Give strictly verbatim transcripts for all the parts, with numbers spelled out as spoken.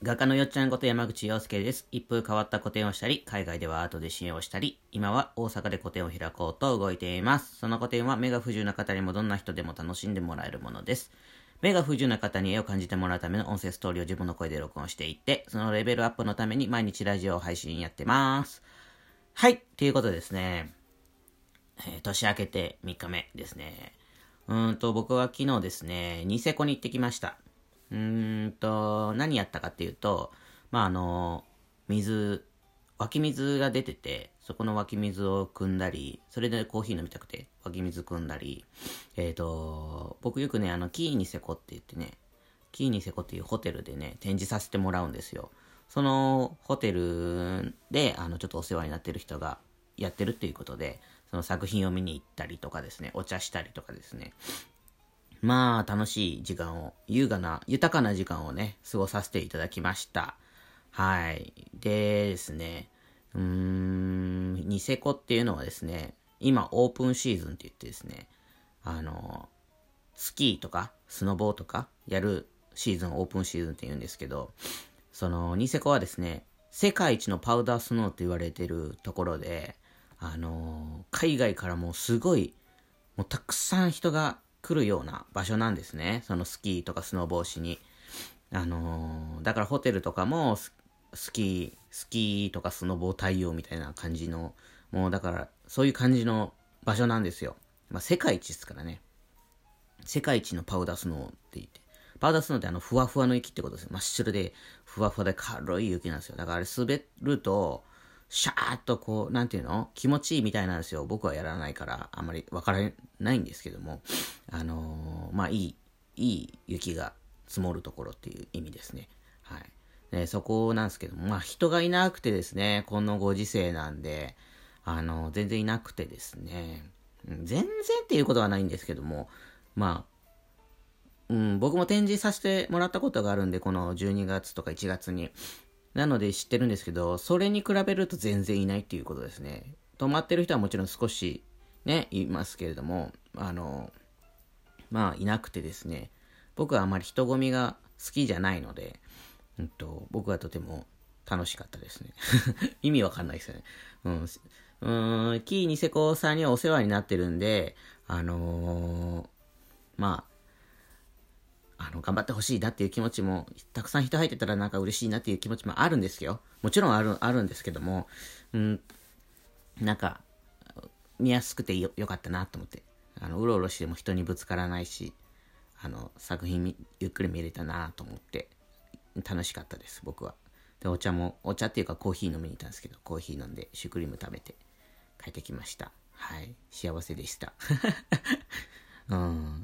画家のよっちゃんこと山口洋介です。一風変わった個展をしたり、海外ではアートで支援をしたり、今は大阪で個展を開こうと動いています。その個展は目が不自由な方にもどんな人でも楽しんでもらえるものです。目が不自由な方に絵を感じてもらうための音声ストーリーを自分の声で録音していて、そのレベルアップのために毎日ラジオ配信やってます。はい、ということでですね、えー、年明けてみっかめですね。うーんと、僕は昨日ですね、ニセコに行ってきました。うーんと、何やったかっていうと、まあ、あの、水、湧き水が出てて、そこの湧き水を汲んだり、それでコーヒー飲みたくて湧き水汲んだり、えっと、僕よくね、あの、キーニセコって言ってね、キーニセコっていうホテルでね、展示させてもらうんですよ。そのホテルで、あの、ちょっとお世話になってる人がやってるっていうことで、その作品を見に行ったりとかですね、お茶したりとかですね、まあ、楽しい時間を、優雅な、豊かな時間をね、過ごさせていただきました。はい。でですね、うーん、ニセコっていうのはですね、今オープンシーズンって言ってですね、あの、スキーとか、スノボーとか、やるシーズン、オープンシーズンって言うんですけど、その、ニセコはですね、世界一のパウダースノーって言われてるところで、あの、海外からもうすごい、もうたくさん人が来るような場所なんですね。そのスキーとかスノボーしに。あのー、だからホテルとかもス、スキー、スキーとかスノボー対応みたいな感じの、もうだからそういう感じの場所なんですよ。まあ世界一ですからね。世界一のパウダースノーって言って。パウダースノーってあのふわふわの雪ってことですよ。真っ白でふわふわで軽い雪なんですよ。だからあれ滑ると、シャーっとこう、なんていうの気持ちいいみたいなんですよ。僕はやらないから、あんまりわからないんですけども。あのー、まあ、いい、いい雪が積もるところっていう意味ですね。はい。で、そこなんですけども、まあ、人がいなくてですね、このご時世なんで、あのー、全然いなくてですね、全然っていうことはないんですけども、まあ、うん、僕も展示させてもらったことがあるんで、このじゅうにがつとかいちがつに。なので知ってるんですけど、それに比べると全然いないっていうことですね。泊まってる人はもちろん少しね、いますけれども、あの、まあいなくてですね、僕はあまり人混みが好きじゃないので、うんと、僕はとても楽しかったですね。意味わかんないですよね。うん。うーん、キーニセコさんにはお世話になってるんで、あのー、まあ、あの、頑張ってほしいなっていう気持ちも、たくさん人入ってたらなんか嬉しいなっていう気持ちもあるんですよ。もちろんある、あるんですけども、うん、なんか、見やすくてよよかったなと思って。あの、うろうろしても人にぶつからないし、あの、作品ゆっくり見れたなと思って、楽しかったです、僕は。で、お茶も、お茶っていうかコーヒー飲みに行ったんですけど、コーヒー飲んで、シュークリーム食べて、帰ってきました。はい。幸せでした。うん。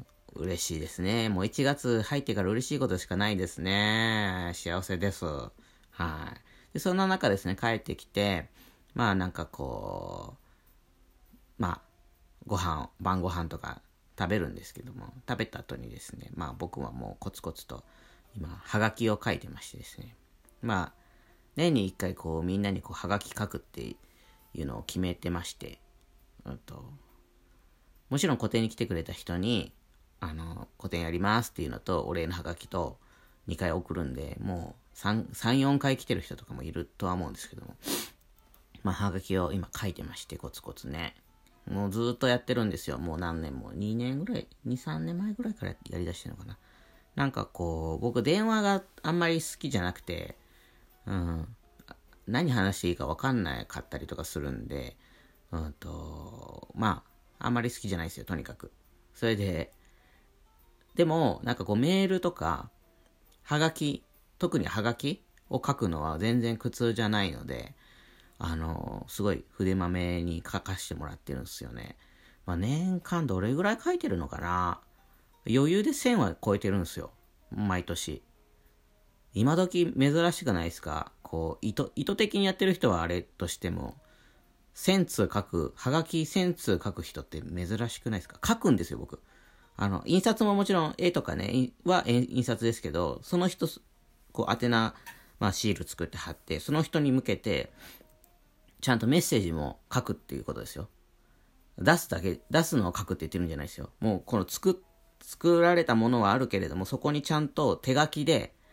嬉しいですね。もういちがつ入ってから嬉しいことしかないですね。幸せです。はい。で、そんな中ですね、帰ってきて、まあなんかこう、まあ、ご飯、晩ご飯とか食べるんですけども、食べた後にですね、まあ僕はもうコツコツと、今、はがきを書いてましてですね。まあ、年に一回こう、みんなにこう、はがき書くっていうのを決めてまして、うんと、もちろん個展に来てくれた人に、あの、個展やりますっていうのと、お礼のハガキとにかい送るんで、もうさん、さん、よんかい来てる人とかもいるとは思うんですけども。まあ、ハガキを今書いてまして、コツコツね。もうずーっとやってるんですよ。もう何年も。にねんぐらい、に、さんねんまえぐらいからやりだしてるのかな。なんかこう、僕電話があんまり好きじゃなくて、うん、何話していいか分かんなかったりとかするんで、うんと、まあ、あんまり好きじゃないですよ、とにかく。それで、でも、なんかこうメールとか、はがき、特にはがきを書くのは全然苦痛じゃないので、あの、すごい筆まめに書かしてもらってるんですよね。まあ年間どれぐらい書いてるのかな、余裕でせんは超えてるんですよ。毎年。今時珍しくないですか？こう、意図、意図的にやってる人はあれとしても、せん通書く、はがきせん通書く人って珍しくないですか？書くんですよ、僕。あの、印刷ももちろん絵とかね、は印刷ですけど、その人、こう、宛名、まあ、シール作って貼って、その人に向けて、ちゃんとメッセージも書くっていうことですよ。出すだけ、出すのを書くって言ってるんじゃないですよ。もう、この作、作られたものはあるけれども、そこにちゃんと手書きで、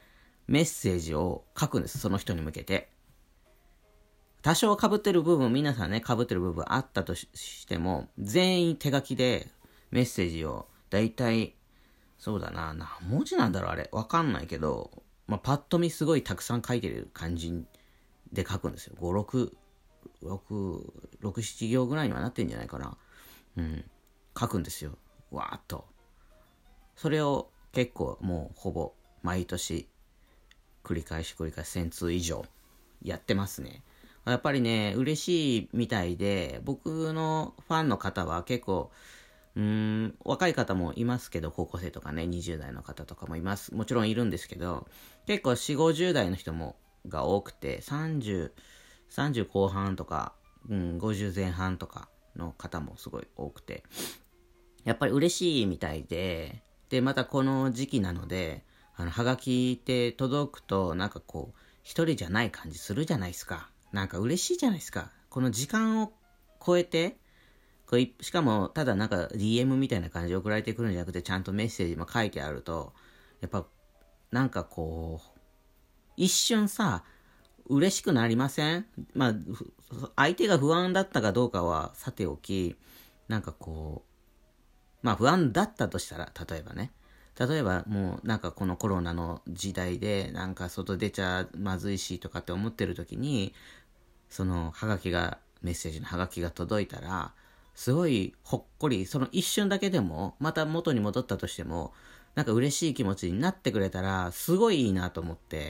メッセージを書くんです。その人に向けて。多少被ってる部分、皆さんね、被ってる部分あったとしても、全員手書きでメッセージを、だいたい、そうだな、何文字なんだろうあれ。わかんないけど、まあ、パッと見すごいたくさん書いてる感じで書くんですよ。ご、ろく、ろく、ろく、なな行ぐらいにはなってんじゃないかな。うん。書くんですよ。わーっと。それを結構もうほぼ毎年繰り返し繰り返しせん通以上やってますね。やっぱりね、嬉しいみたいで、僕のファンの方は結構、うーん、若い方もいますけど、高校生とかね、にじゅう代の方とかもいます。もちろんいるんですけど、結構よん、ごじゅう代の人もが多くて、さんじゅう、さんじゅう後半とか、うん、ごじゅう前半とかの方もすごい多くて、やっぱり嬉しいみたいで、で、またこの時期なので、あの、はがきって届くと、なんかこう、一人じゃない感じするじゃないですか。なんか嬉しいじゃないですか。この時間を超えて、これしかも、ただなんか ディーエム みたいな感じで送られてくるんじゃなくて、ちゃんとメッセージも書いてあると、やっぱ、なんかこう、一瞬さ、嬉しくなりません？まあ、相手が不安だったかどうかはさておき、なんかこう、まあ不安だったとしたら、例えばね。例えばもうなんかこのコロナの時代でなんか外出ちゃまずいしとかって思ってる時に、そのハガキが、メッセージのハガキが届いたら、すごいほっこり、その一瞬だけでも、また元に戻ったとしても、なんか嬉しい気持ちになってくれたら、すごいいいなと思って、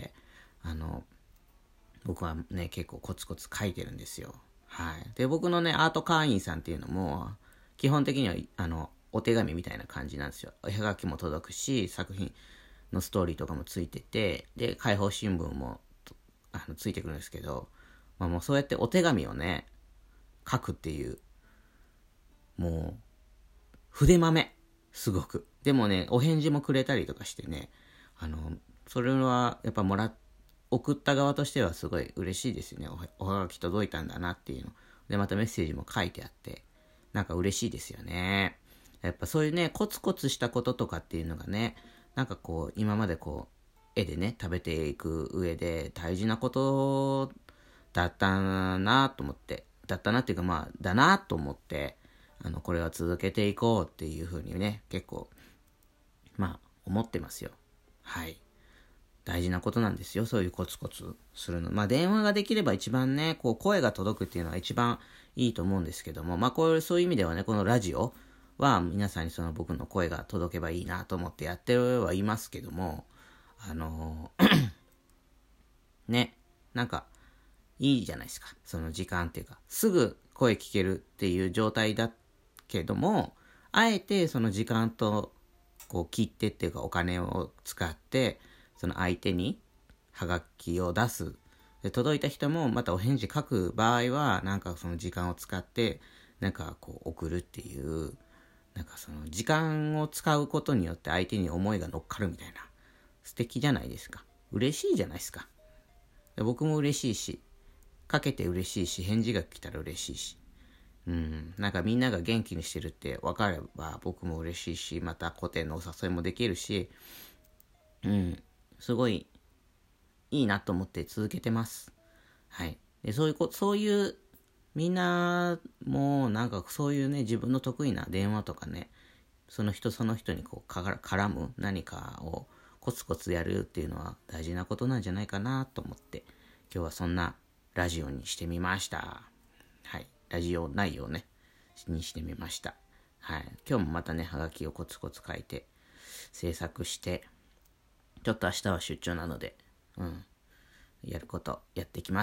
あの、僕はね、結構コツコツ書いてるんですよ。はい。で、僕のね、アート会員さんっていうのも、基本的には、あの、お手紙みたいな感じなんですよ。絵はがきも届くし、作品のストーリーとかもついてて、で、解放新聞もあのついてくるんですけど、まあもうそうやってお手紙をね、書くっていう、もう、筆豆。すごく。でもね、お返事もくれたりとかしてね、あの、それはやっぱもらっ送った側としてはすごい嬉しいですよね。おはがき届いたんだなっていうの。で、またメッセージも書いてあって、なんか嬉しいですよね。やっぱそういうね、コツコツしたこととかっていうのがね、なんかこう、今までこう、絵でね、食べていく上で大事なことだったなと思って、だったなっていうかまあ、だなと思って、あの、これは続けていこうっていう風にね、結構、まあ、思ってますよ。はい。大事なことなんですよ。そういうコツコツするの。まあ電話ができれば一番ね、こう声が届くっていうのが一番いいと思うんですけども、まあこれそういう意味ではね、このラジオは皆さんにその僕の声が届けばいいなと思ってやってはいますけども、あのー、ね、なんかいいじゃないですか。その時間っていうか、すぐ声聞けるっていう状態だけども、あえてその時間とこう切ってっていうかお金を使って、その相手にハガキを出す。で、届いた人もまたお返事書く場合は、なんかその時間を使って、なんかこう送るっていう、なんかその時間を使うことによって相手に思いが乗っかるみたいな。素敵じゃないですか。嬉しいじゃないですか。で僕も嬉しいし、かけて嬉しいし、返事が来たら嬉しいし。うん、なんかみんなが元気にしてるって分かれば僕も嬉しいし、また古典のお誘いもできるし、うん、すごいいいなと思って続けてます。はい。で、そういうこ、そういう、みんなもなんかそういうね、自分の得意な電話とかね、その人その人にこう絡む何かをコツコツやるっていうのは大事なことなんじゃないかなと思って、今日はそんなラジオにしてみました。はい。ラジオ内容ね、にしてみました。はい。今日もまたね、ハガキをコツコツ書いて、制作して、ちょっと明日は出張なので、うん。やることやっていきます。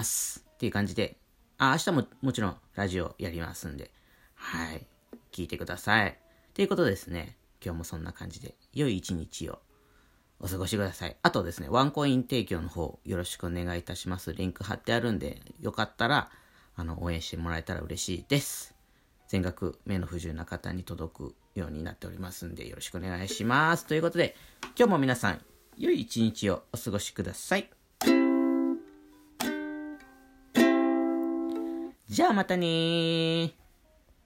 っていう感じで、あ、明日ももちろんラジオやりますんで、はい。聞いてください。ということですね、今日もそんな感じで、良い一日をお過ごしください。あとですね、ワンコイン提供の方、よろしくお願いいたします。リンク貼ってあるんで、よかったら、あの、応援してもらえたら嬉しいです。全額目の不自由な方に届くようになっておりますんで、よろしくお願いします。ということで、今日も皆さん、良い一日をお過ごしください。じゃあまたねー。